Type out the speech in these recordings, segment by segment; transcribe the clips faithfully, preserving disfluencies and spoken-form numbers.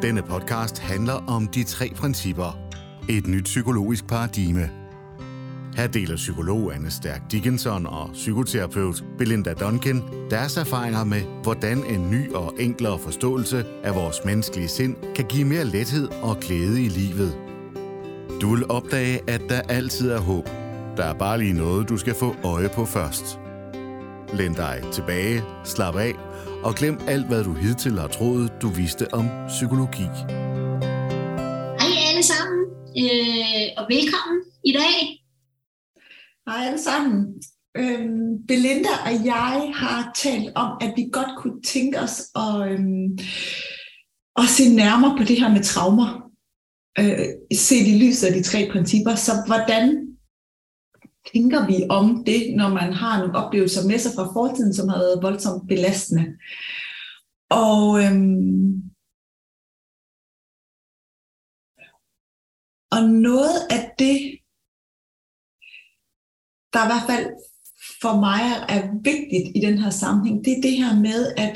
Denne podcast handler om de tre principper. Et nyt psykologisk paradigme. Her deler psykolog Anne Stærk Dickinson og psykoterapeut Belinda Duncan deres erfaringer med, hvordan en ny og enklere forståelse af vores menneskelige sind kan give mere lethed og glæde i livet. Du vil opdage, at der altid er håb. Der er bare lige noget, du skal få øje på først. Læn dig tilbage, slap af og glem alt, hvad du hidtil har troet, du vidste om psykologi. Hej alle sammen, øh, og velkommen i dag. Hej alle sammen. Øhm, Belinda og jeg har talt om, at vi godt kunne tænke os at, øhm, at se nærmere på det her med traumer. Øh, set i lyset af de tre principper. Så hvordan tænker vi om det, når man har nogle oplevelser med sig fra fortiden, som har været voldsomt belastende? Og øhm, og noget af det, der i hvert fald for mig er vigtigt i den her sammenhæng, det er det her med, at,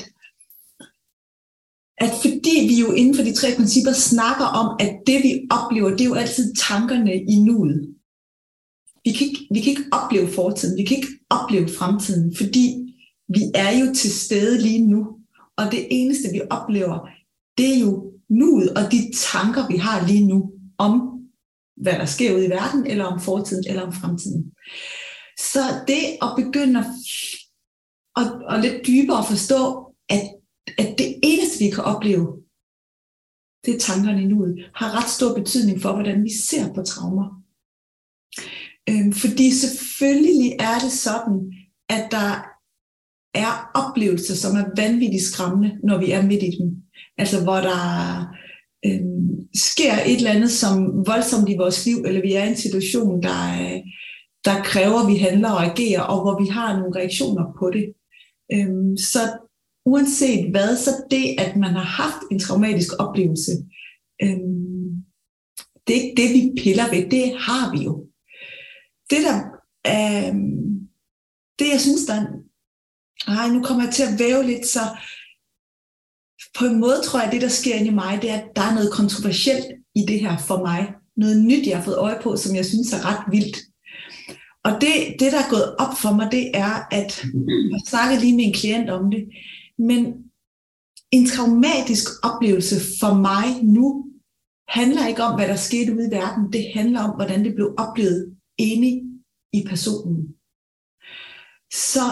at fordi vi jo inden for de tre principper snakker om, at det vi oplever, det er jo altid tankerne i nuet. Vi kan ikke, vi kan ikke opleve fortiden, vi kan ikke opleve fremtiden, fordi vi er jo til stede lige nu. Og det eneste vi oplever, det er jo nuet og de tanker vi har lige nu, om hvad der sker ude i verden, eller om fortiden, eller om fremtiden. Så det at begynde at, at, at lidt dybere forstå, at, at det eneste vi kan opleve, det er tankerne i nuet, har ret stor betydning for, hvordan vi ser på traumer. Øhm, fordi selvfølgelig er det sådan, at der er oplevelser, som er vanvittigt skræmmende, når vi er midt i dem. Altså hvor der øhm, sker et eller andet, som voldsomt i vores liv, eller vi er i en situation, der, der kræver, at vi handler og agerer, og hvor vi har nogle reaktioner på det. Øhm, så uanset hvad, så det, at man har haft en traumatisk oplevelse, øhm, det er ikke det, vi piller ved, det har vi jo. Det der, øh, det jeg synes, der ej, nu kommer jeg til at væve lidt, så på en måde tror jeg, at det, der sker inde i mig, det er, at der er noget kontroversielt i det her for mig. Noget nyt, jeg har fået øje på, som jeg synes er ret vildt. Og det, det der er gået op for mig, det er, at jeg snakkede lige med en klient om det, men en traumatisk oplevelse for mig nu, handler ikke om, hvad der skete ude i verden. Det handler om, hvordan det blev oplevet inde i personen. Så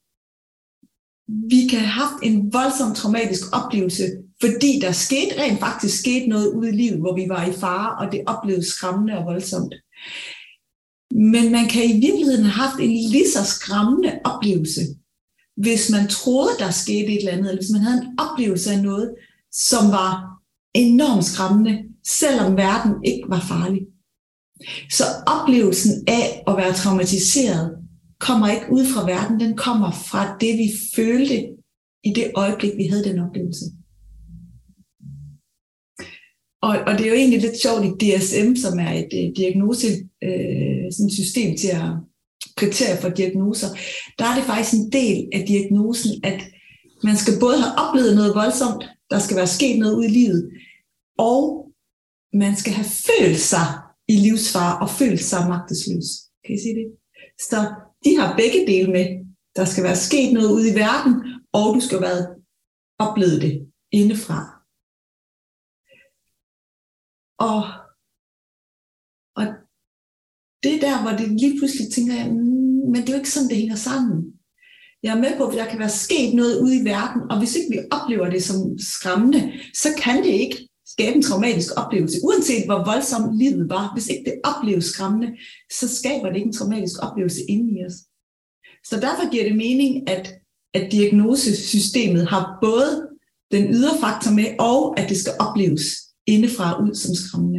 vi kan have haft en voldsom traumatisk oplevelse, fordi der skete rent faktisk skete noget ude i livet, hvor vi var i fare, og det oplevedes skræmmende og voldsomt. Men man kan i virkeligheden have haft en lige så skræmmende oplevelse, hvis man troede, der skete et eller andet, eller hvis man havde en oplevelse af noget, som var enormt skræmmende, selvom verden ikke var farlig. Så oplevelsen af at være traumatiseret kommer ikke ud fra verden, den kommer fra det, vi følte i det øjeblik, vi havde den oplevelse. Og, og det er jo egentlig lidt sjovt i D S M, som er et uh, diagnose, uh, sådan et system til at kriterier for diagnoser. Der er det faktisk en del af diagnosen, at man skal både have oplevet noget voldsomt, der skal være sket noget ude i livet, og man skal have følt sig i livsfare og følt sig magtesløs. Kan I se det? Så de har begge dele med. Der skal være sket noget ude i verden, og du skal have oplevet det indefra. Og, og det er der, hvor det lige pludselig tænker jeg, men det er jo ikke sådan, det hænger sammen. Jeg er med på, at der kan være sket noget ude i verden, og hvis ikke vi oplever det som skræmmende, så kan det ikke skabe en traumatisk oplevelse. Uanset hvor voldsomt livet var, hvis ikke det opleves skræmmende, så skaber det ikke en traumatisk oplevelse inde i os. Så derfor giver det mening, at, at diagnosesystemet har både den ydre faktor med, og at det skal opleves indefra ud som skræmmende.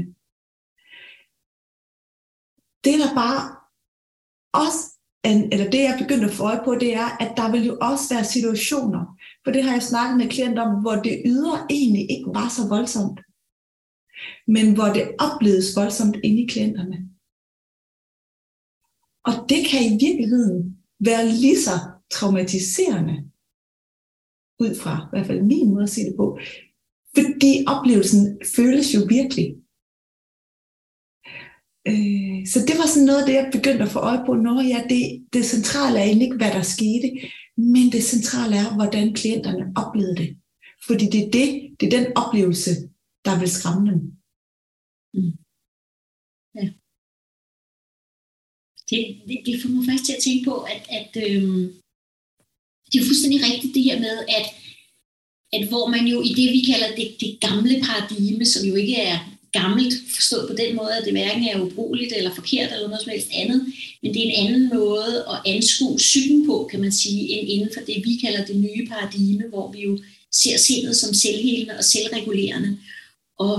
Det der bare også, eller det jeg begyndte at få øje på, det er, at der vil jo også være situationer, for det har jeg snakket med klienter om, hvor det ydre egentlig ikke var så voldsomt, men hvor det opleves voldsomt inde i klienterne. Og det kan i virkeligheden være lige så traumatiserende, ud fra i hvert fald min måde at se det på, Fordi oplevelsen føles jo virkelig. Øh, så det var sådan noget af det, jeg begyndte at få øje på. Når ja, det, det centrale er egentlig ikke, hvad der skete, men det centrale er, hvordan klienterne oplevede det. Fordi det er, det, det er den oplevelse, der vil skræmme dem. Mm. Ja. Det, det, det får mig faktisk til at tænke på, at, at øhm, det er jo fuldstændig rigtigt det her med, at, at hvor man jo i det, vi kalder det, det gamle paradigme, som jo ikke er gammelt forstået på den måde, at det hverken er ubrugeligt eller forkert eller noget som helst andet, men det er en anden måde at anskue psyken på, kan man sige, end inden for det, vi kalder det nye paradigme, hvor vi jo ser sindet som selvhelende og selvregulerende, og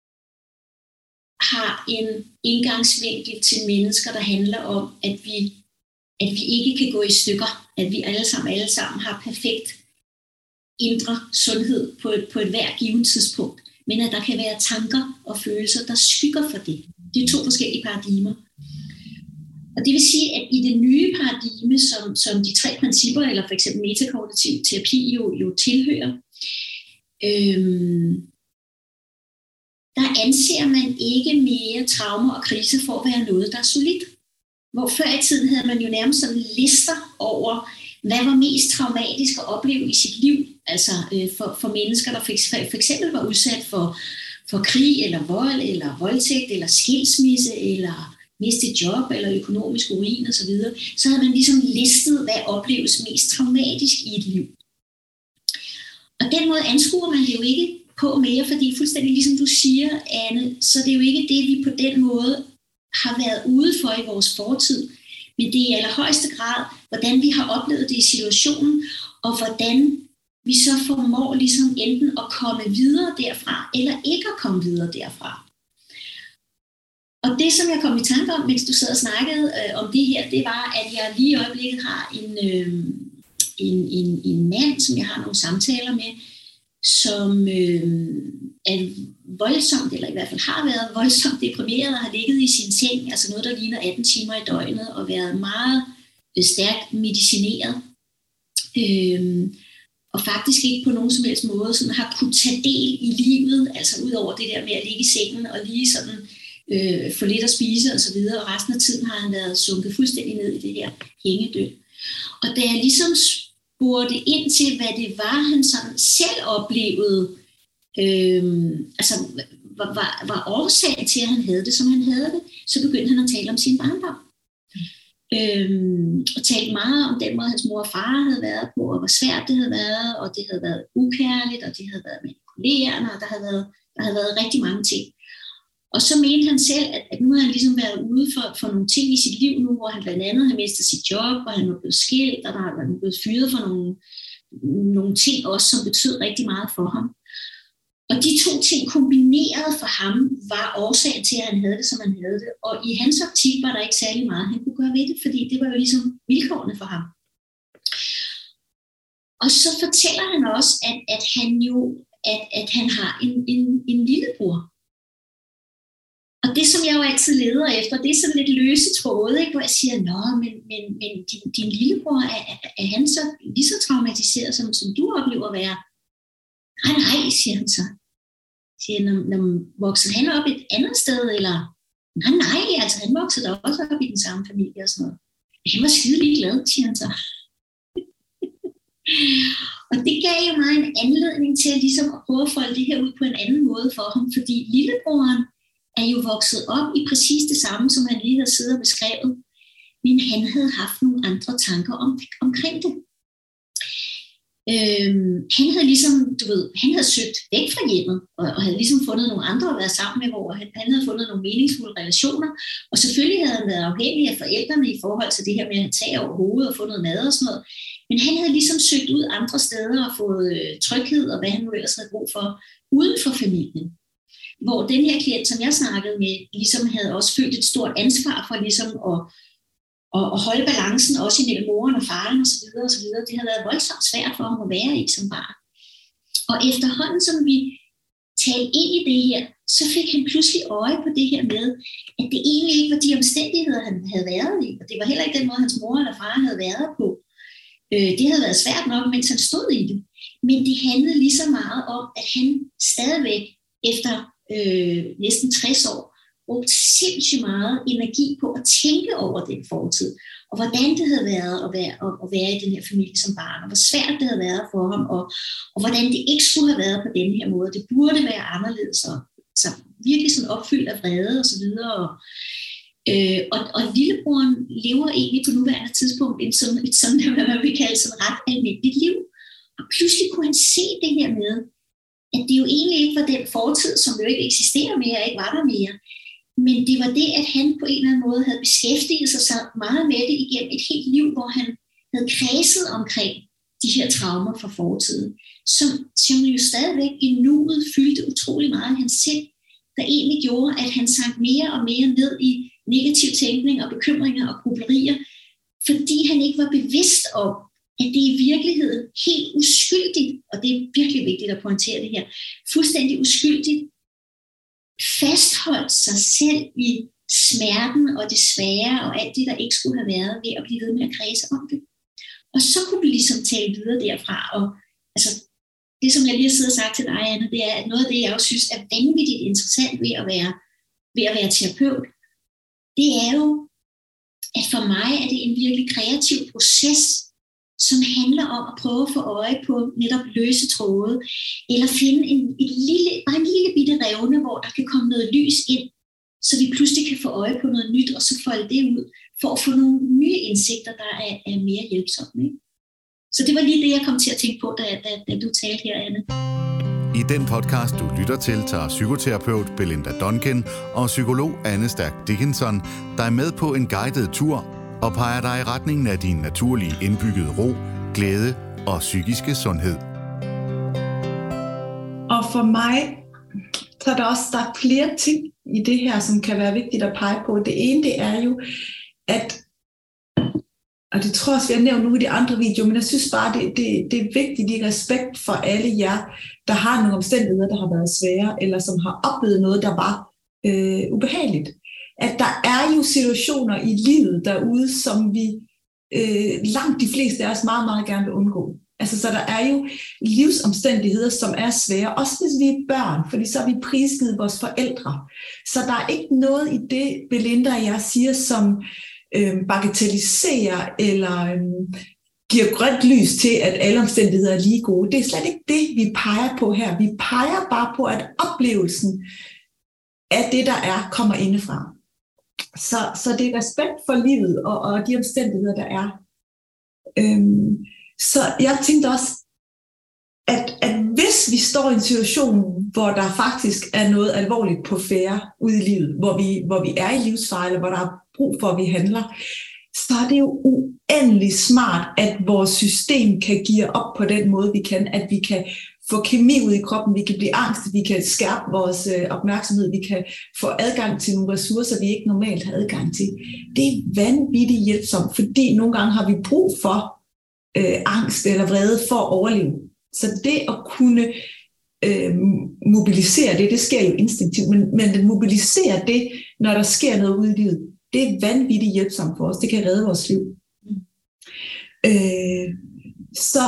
har en indgangsvinkel til mennesker, der handler om, at vi, at vi ikke kan gå i stykker, at vi alle sammen, alle sammen har perfekt indre sundhed på et, på et hver givet tidspunkt, men at der kan være tanker og følelser, der skygger for det. Det er to forskellige paradigmer. Og det vil sige, at i det nye paradigme, som, som de tre principper, eller for eksempel metakognitiv terapi jo, jo tilhører, øhm, der anser man ikke mere traumer og kriser for at være noget, der er solidt. Hvor før i tiden havde man jo nærmest sådan lister over, hvad var mest traumatisk at opleve i sit liv, altså øh, for, for mennesker, der for, for eksempel var udsat for, for krig eller vold, eller voldtægt, eller skilsmisse, eller mistet job, eller økonomisk ruin osv., så, så havde man ligesom listet, hvad opleves mest traumatisk i et liv. Og den måde anskuer man det jo ikke på mere, fordi fuldstændig ligesom du siger, Anne, så det er jo ikke det, vi på den måde har været ude for i vores fortid, men det er i allerhøjeste grad, hvordan vi har oplevet det i situationen, og hvordan vi så formår ligesom enten at komme videre derfra, eller ikke at komme videre derfra. Og det, som jeg kom i tanke om, mens du sad og snakkede øh, om det her, det var, at jeg lige i øjeblikket har en, øh, en, en, en mand, som jeg har nogle samtaler med, som øh, er voldsomt, eller i hvert fald har været voldsomt deprimeret og har ligget i sin seng, altså noget, der ligner atten timer i døgnet, og været meget øh, stærkt medicineret. Øh, og faktisk ikke på nogen som helst måde sådan har kunne tage del i livet, altså ud over det der med at ligge i sengen og lige sådan øh, få lidt at spise og så videre, og resten af tiden har han været sunket fuldstændig ned i det her hængedød. Og da jeg ligesom spurgte ind til, hvad det var, han sådan selv oplevede, øh, altså var, var, var årsagen til, at han havde det, som han havde det, så begyndte han at tale om sin barndom. Øhm, og talte meget om den måde, hans mor og far havde været på, og hvor svært det havde været, og det havde været ukærligt, og det havde været manipulerende, og der havde været, der havde været rigtig mange ting. Og så mente han selv, at, at nu havde han ligesom været ude for, for nogle ting i sit liv nu, hvor han blandt andet havde mistet sit job, og han var blevet skilt, og der var blevet fyret for nogle, nogle ting også, som betød rigtig meget for ham. Og de to ting kombineret for ham var årsagen til, at han havde det, som han havde det. Og i hans optik var der ikke særlig meget, han kunne gøre ved det, fordi det var jo ligesom vilkårene for ham. Og så fortæller han også, at, at han jo at, at han har en, en, en lillebror. Og det, som jeg jo altid leder efter, det er sådan lidt løse tråde, ikke? Hvor jeg siger, nå, men, men, men din, din lillebror, er, er han så lige så traumatiseret, som, som du oplever at være? Nej, nej, siger han så. Siger, når, når voksede han op et andet sted, eller? Nej, nej, altså han voksede da også op i den samme familie og sådan noget. Han var skide ligeglad, siger han så. Og det gav jo mig en anledning til at, ligesom at prøve at folde det her ud på en anden måde for ham, fordi lillebroren er jo vokset op i præcis det samme, som han lige havde siddet og beskrevet, men han havde haft nogle andre tanker om, omkring det. Øhm, han havde ligesom, du ved, han havde søgt væk fra hjemmet, og, og havde ligesom fundet nogle andre at være sammen med, hvor han, han havde fundet nogle meningsfulde relationer, og selvfølgelig havde han været afhængig af forældrene i forhold til det her med at tage over hovedet og få noget mad og sådan noget, men han havde ligesom søgt ud andre steder og fået øh, tryghed, og hvad han nu ellers havde brug for, uden for familien. Hvor den her klient, som jeg snakkede med, ligesom havde også følt et stort ansvar for ligesom at Og, og holde balancen også imellem moren og faren og så videre og så videre. Det havde været voldsomt svært for ham at være i som barn. Og efterhånden, som vi talte ind i det her, så fik han pludselig øje på det her med, at det egentlig ikke var de omstændigheder, han havde været i. Og det var heller ikke den måde, hans mor eller far havde været på. Øh, det havde været svært nok, mens han stod i det. Men det handlede lige så meget om, at han stadigvæk efter øh, næsten tres år brugte sindssygt meget energi på at tænke over den fortid, og hvordan det havde været at være, at, at være i den her familie som barn, og hvor svært det havde været for ham, og, og hvordan det ikke skulle have været på den her måde. Det burde være anderledes, og så virkelig sådan opfyldt af vrede og så videre. Og, øh, og, og lillebroren lever egentlig på nuværende tidspunkt en sådan, et sådan, hvad man vil kalde sådan ret almindeligt liv. Og pludselig kunne han se det her med, at det jo egentlig ikke var den fortid, som jo ikke eksisterer mere, ikke var der mere. Men det var det, at han på en eller anden måde havde beskæftiget sig så meget med det igennem et helt liv, hvor han havde kredset omkring de her traumer fra fortiden, som, som jo stadigvæk i nuet fyldte utrolig meget af hans sind, der egentlig gjorde, at han sank mere og mere ned i negativ tænkning og bekymringer og grublerier, fordi han ikke var bevidst om, at det i virkeligheden helt uskyldigt, og det er virkelig vigtigt at pointere det her, fuldstændig uskyldigt, fastholdt sig selv i smerten og det svære og alt det, der ikke skulle have været, ved at blive ved med at kredse om det. Og så kunne vi ligesom tale videre derfra. Og altså, det, som jeg lige har siddet og sagt til dig, Anne, det er, at noget af det, jeg også synes er vanvittigt interessant ved at være, ved at være terapeut, det er jo, at for mig er det en virkelig kreativ proces, som handler om at prøve at få øje på netop løse tråde, eller finde en, et lille, bare en lille bitte revne, hvor der kan komme noget lys ind, så vi pludselig kan få øje på noget nyt, og så folde det ud, for at få nogle nye indsigter, der er, er mere hjælpsomme. Ikke? Så det var lige det, jeg kom til at tænke på, da, da, da du talte her, Anne. I den podcast, du lytter til, tager psykoterapeut Belinda Duncan og psykolog Anne Stærk Dickinson dig med på en guided tur og peger dig i retningen af din naturlige indbyggede ro, glæde og psykiske sundhed. Og for mig, så er der også der er flere ting i det her, som kan være vigtigt at pege på. Det ene, det er jo, at, og det tror jeg også, vi har nævnt nogle af de andre videoer, men jeg synes bare, det, det, det er vigtigt i respekt for alle jer, der har nogle omstændigheder, der har været svære, eller som har oplevet noget, der var øh, ubehageligt. At der er jo situationer i livet derude, som vi øh, langt de fleste af os meget, meget gerne vil undgå. Altså, så der er jo livsomstændigheder, som er svære, også hvis vi er børn, fordi så har vi prisgivet vores forældre. Så der er ikke noget i det, Belinda og jeg siger, som øh, bagatelliserer eller øh, giver grønt lys til, at alle omstændigheder er lige gode. Det er slet ikke det, vi peger på her. Vi peger bare på, at oplevelsen af det, der er, kommer indefra. Så, så det er respekt for livet og, og de omstændigheder, der er. Øhm, så jeg tænkte også, at, at hvis vi står i en situation, hvor der faktisk er noget alvorligt på færde ude i livet, hvor vi, hvor vi er i livsfare, eller hvor der er brug for, at vi handler, så er det jo uendelig smart, at vores system kan give op på den måde, vi kan, at vi kan få kemi ud i kroppen, vi kan blive angst, vi kan skærpe vores øh, opmærksomhed, vi kan få adgang til nogle ressourcer, vi ikke normalt har adgang til. Det er vanvittigt hjælpsomt, fordi nogle gange har vi brug for øh, angst eller vrede for at overleve. Så det at kunne øh, mobilisere det, det sker jo instinktivt, men, men at mobilisere det, når der sker noget ude i livet, det er vanvittigt hjælpsomt for os. Det kan redde vores liv. Øh, så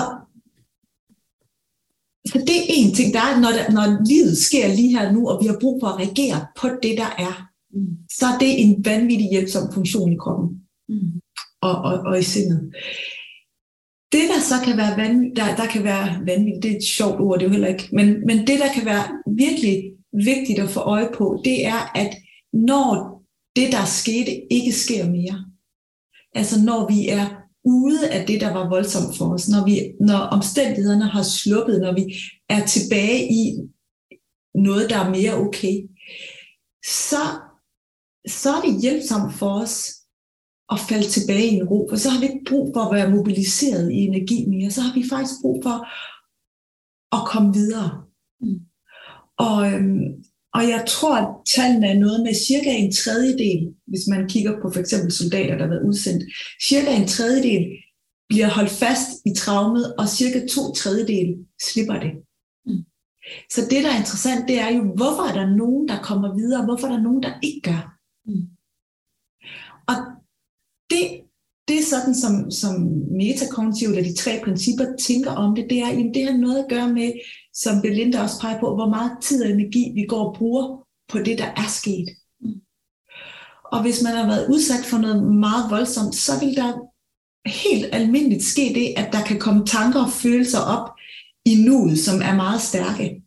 Så det er en ting, der er, når, der, når livet sker lige her nu, og vi har brug for at reagere på det, der er, mm. så er det en vanvittig hjælpsom funktion i kroppen mm. og, og, og i sindet. Det, der så kan være vanvittigt, der, der kan være vanvittigt, det er et sjovt ord, det er jo heller ikke, men, men det, der kan være virkelig vigtigt at få øje på, det er, at når det, der skete, ikke sker mere, altså når vi er ude af det, der var voldsomt for os, når, vi, når omstændighederne har sluppet, når vi er tilbage i noget, der er mere okay, så, så er det hjælpsomt for os at falde tilbage i en ro, for så har vi ikke brug for at være mobiliseret i energi mere, så har vi faktisk brug for at komme videre. Mm. Og, øhm, og jeg tror, at tallene er noget med cirka en tredjedel, hvis man kigger på for eksempel soldater, der har været udsendt, cirka en tredjedel bliver holdt fast i traumet, og cirka to tredjedel slipper det. Mm. Så det, der er interessant, det er jo, hvorfor er der nogen, der kommer videre, og hvorfor er der nogen, der ikke gør. Mm. Og det, det er sådan, som, som metakognitiv, eller de tre principper tænker om det, det er, jamen det har noget at gøre med, som Belinda også peger på, hvor meget tid og energi vi går og bruger på det, der er sket. Mm. Og hvis man har været udsat for noget meget voldsomt, så vil der helt almindeligt ske det, at der kan komme tanker og følelser op i nuet, som er meget stærke.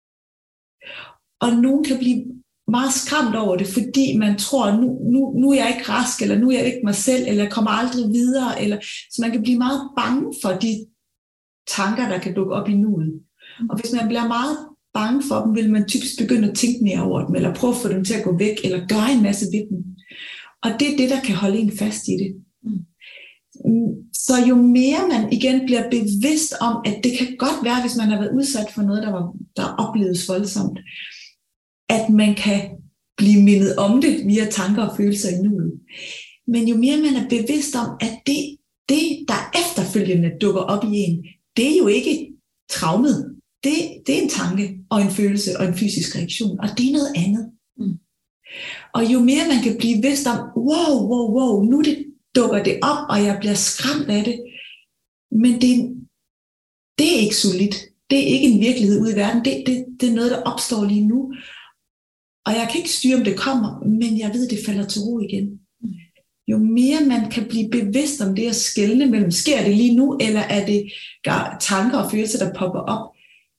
Og nogen kan blive meget skræmt over det, fordi man tror, nu, nu, nu er jeg ikke rask, eller nu er jeg ikke mig selv, eller jeg kommer aldrig videre. Eller, så man kan blive meget bange for de tanker, der kan dukke op i nuet. Og hvis man bliver meget bange for dem, vil man typisk begynde at tænke mere over dem, eller prøve at få dem til at gå væk, eller gøre en masse ved dem. Og det er det, der kan holde en fast i det. Så jo mere man igen bliver bevidst om, at det kan godt være, hvis man har været udsat for noget, der, var, der opleves voldsomt, at man kan blive mindet om det via tanker og følelser i nuet. Men jo mere man er bevidst om, at det, det der efterfølgende dukker op i en, det er jo ikke traumet. Det, det er en tanke og en følelse og en fysisk reaktion, og det er noget andet. Mm. Og jo mere man kan blive bevidst om, wow, wow, wow, nu det, dukker det op, og jeg bliver skræmt af det, men det, det er ikke solidt. Det er ikke en virkelighed ude i verden. Det, det, det er noget, der opstår lige nu. Og jeg kan ikke styre, om det kommer, men jeg ved, at det falder til ro igen. Mm. Jo mere man kan blive bevidst om det at skelne mellem, sker det lige nu, eller er det tanker og følelser, der popper op,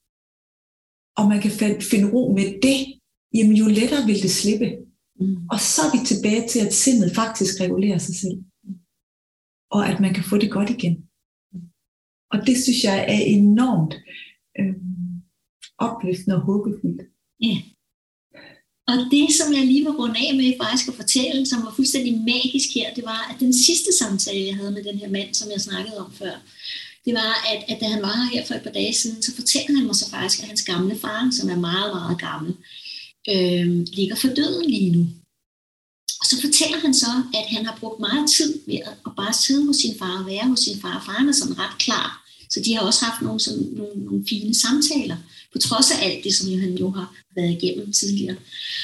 og man kan finde ro med det, jamen jo lettere vil det slippe. Mm. Og så er vi tilbage til, at sindet faktisk regulerer sig selv. Mm. Og at man kan få det godt igen. Mm. Og det synes jeg er enormt øh, opløftende og håbefuldt. Ja. Yeah. Og det, som jeg lige var rundt af med faktisk at fortælle, som var fuldstændig magisk her, det var, at den sidste samtale, jeg havde med den her mand, som jeg snakkede om før, det var, at, at da han var her for et par dage siden, så fortalte han mig så faktisk, at hans gamle far, som er meget, meget gammel, øh, ligger for døden lige nu. Og så fortæller han så, at han har brugt meget tid ved at, at bare sidde hos sin far og være hos sin far. Faren er sådan ret klar, så de har også haft nogle, sådan, nogle, nogle fine samtaler, på trods af alt det, som han jo har været igennem tidligere.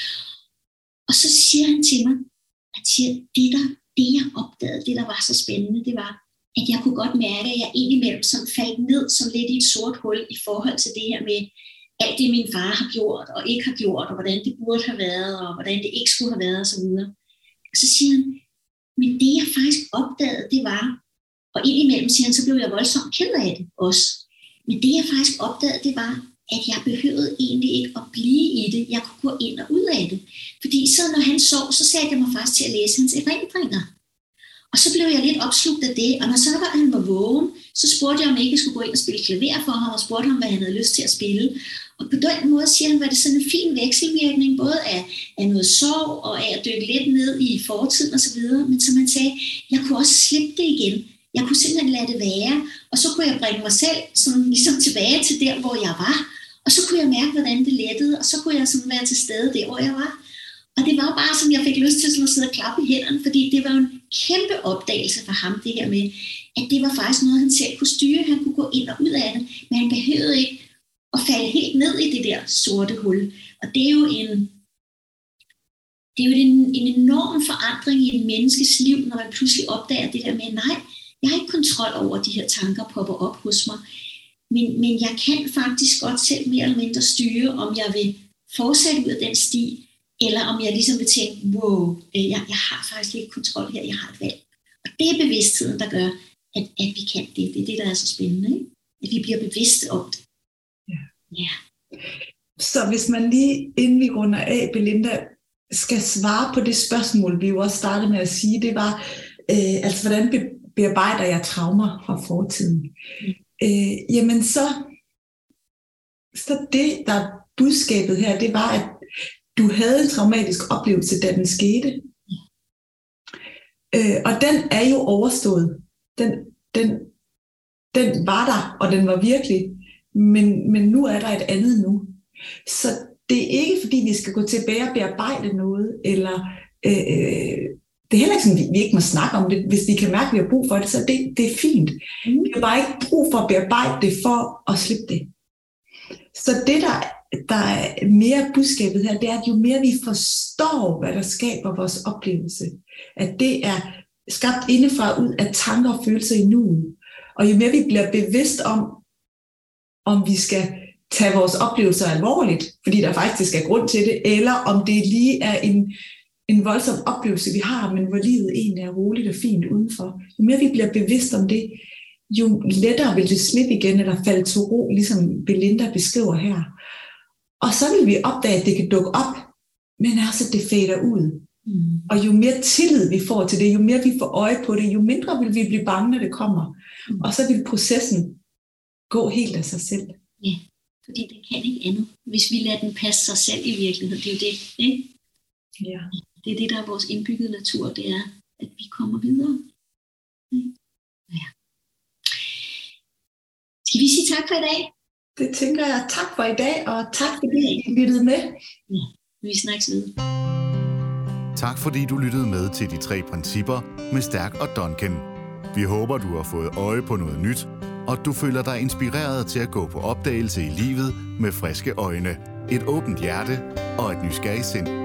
Og så siger han til mig, at siger, det, der, det jeg opdagede, det der var så spændende, det var, at jeg kunne godt mærke, at jeg indimellem sådan faldt ned som lidt i et sort hul i forhold til det her med alt det, min far har gjort og ikke har gjort, og hvordan det burde have været, og hvordan det ikke skulle have været, og så videre. Og så siger han, men det jeg faktisk opdagede, det var, og indimellem siger han, så blev jeg voldsomt ked af det også. Men det jeg faktisk opdagede, det var, at jeg behøvede egentlig ikke at blive i det. Jeg kunne gå ind og ud af det. Fordi så når han sov, så satte jeg mig faktisk til at læse hans erindringer. Og så blev jeg lidt opslugt af det, og når så var han var vågen, så spurgte jeg, om jeg ikke skulle gå ind og spille klaver for ham, og spurgte ham, hvad han havde lyst til at spille. Og på den måde siger han, var det sådan en fin vekselvirkning, både af, af noget sorg, og af at dykke lidt ned i fortiden og så videre. Men som han sagde, jeg kunne også slippe det igen. Jeg kunne simpelthen lade det være, og så kunne jeg bringe mig selv sådan, ligesom tilbage til der, hvor jeg var. Og så kunne jeg mærke, hvordan det lettede, og så kunne jeg sådan være til stede der, hvor jeg var. Og det var bare som, jeg fik lyst til sådan at sidde og klappe i hænderne, fordi det var en kæmpe opdagelse for ham, det her med, at det var faktisk noget, han selv kunne styre. Han kunne gå ind og ud af det, men han behøvede ikke at falde helt ned i det der sorte hul. Og det er jo en, det er jo en, en enorm forandring i et menneskes liv, når man pludselig opdager det der med, nej, jeg har ikke kontrol over, de her tanker popper op hos mig, men, men jeg kan faktisk godt selv mere eller mindre styre, om jeg vil fortsætte ud af den sti, eller om jeg ligesom vil tænke, wow, jeg, jeg har faktisk ikke kontrol her, jeg har et valg. Og det er bevidstheden, der gør, at, at vi kan det. Det er det, der er så spændende, ikke? At vi bliver bevidste om det. Ja. Ja. Så hvis man lige, inden vi runder af, Belinda, skal svare på det spørgsmål, vi jo også startede med at sige, det var, øh, altså hvordan bearbejder jeg traumer fra fortiden? Mm. Øh, jamen så, så det, der er budskabet her, det var, at du havde en traumatisk oplevelse, da den skete. Mm. Øh, og den er jo overstået. Den, den, den var der, og den var virkelig. Men, men nu er der et andet nu. Så det er ikke, fordi vi skal gå tilbage og bearbejde noget, eller øh, det er heller ikke sådan, at vi ikke må snakke om det. Hvis vi kan mærke, at vi har brug for det, så det, det er fint. Mm. Vi har bare ikke brug for at bearbejde det for at slippe det. Så det, der, der er mere budskabet her, det er, at jo mere vi forstår, hvad der skaber vores oplevelse, at det er skabt indefra ud af tanker og følelser i nuet. Og jo mere vi bliver bevidst om, om vi skal tage vores oplevelser alvorligt, fordi der faktisk er grund til det, eller om det lige er en, en voldsom oplevelse, vi har, men hvor livet egentlig er roligt og fint udenfor. Jo mere vi bliver bevidst om det, jo lettere vil det slippe igen, eller falde til ro, ligesom Belinda beskriver her. Og så vil vi opdage, at det kan dukke op, men også at det fader ud. Mm. Og jo mere tillid vi får til det, jo mere vi får øje på det, jo mindre vil vi blive bange, når det kommer. Mm. Og så vil processen gå helt af sig selv. Ja, fordi det kan ikke andet. Hvis vi lader den passe sig selv i virkeligheden, det er jo det, ikke? Ja. Det er det, der er vores indbyggede natur, det er, at vi kommer videre. Ja. Skal vi sige tak for i dag? Det tænker jeg. Tak for i dag, og tak fordi I lyttede med. Ja, vi snakkes ved. Tak fordi du lyttede med til de tre principper med Stærk og Duncan. Vi håber, du har fået øje på noget nyt, og du føler dig inspireret til at gå på opdagelse i livet med friske øjne, et åbent hjerte og et nysgerrigt sind.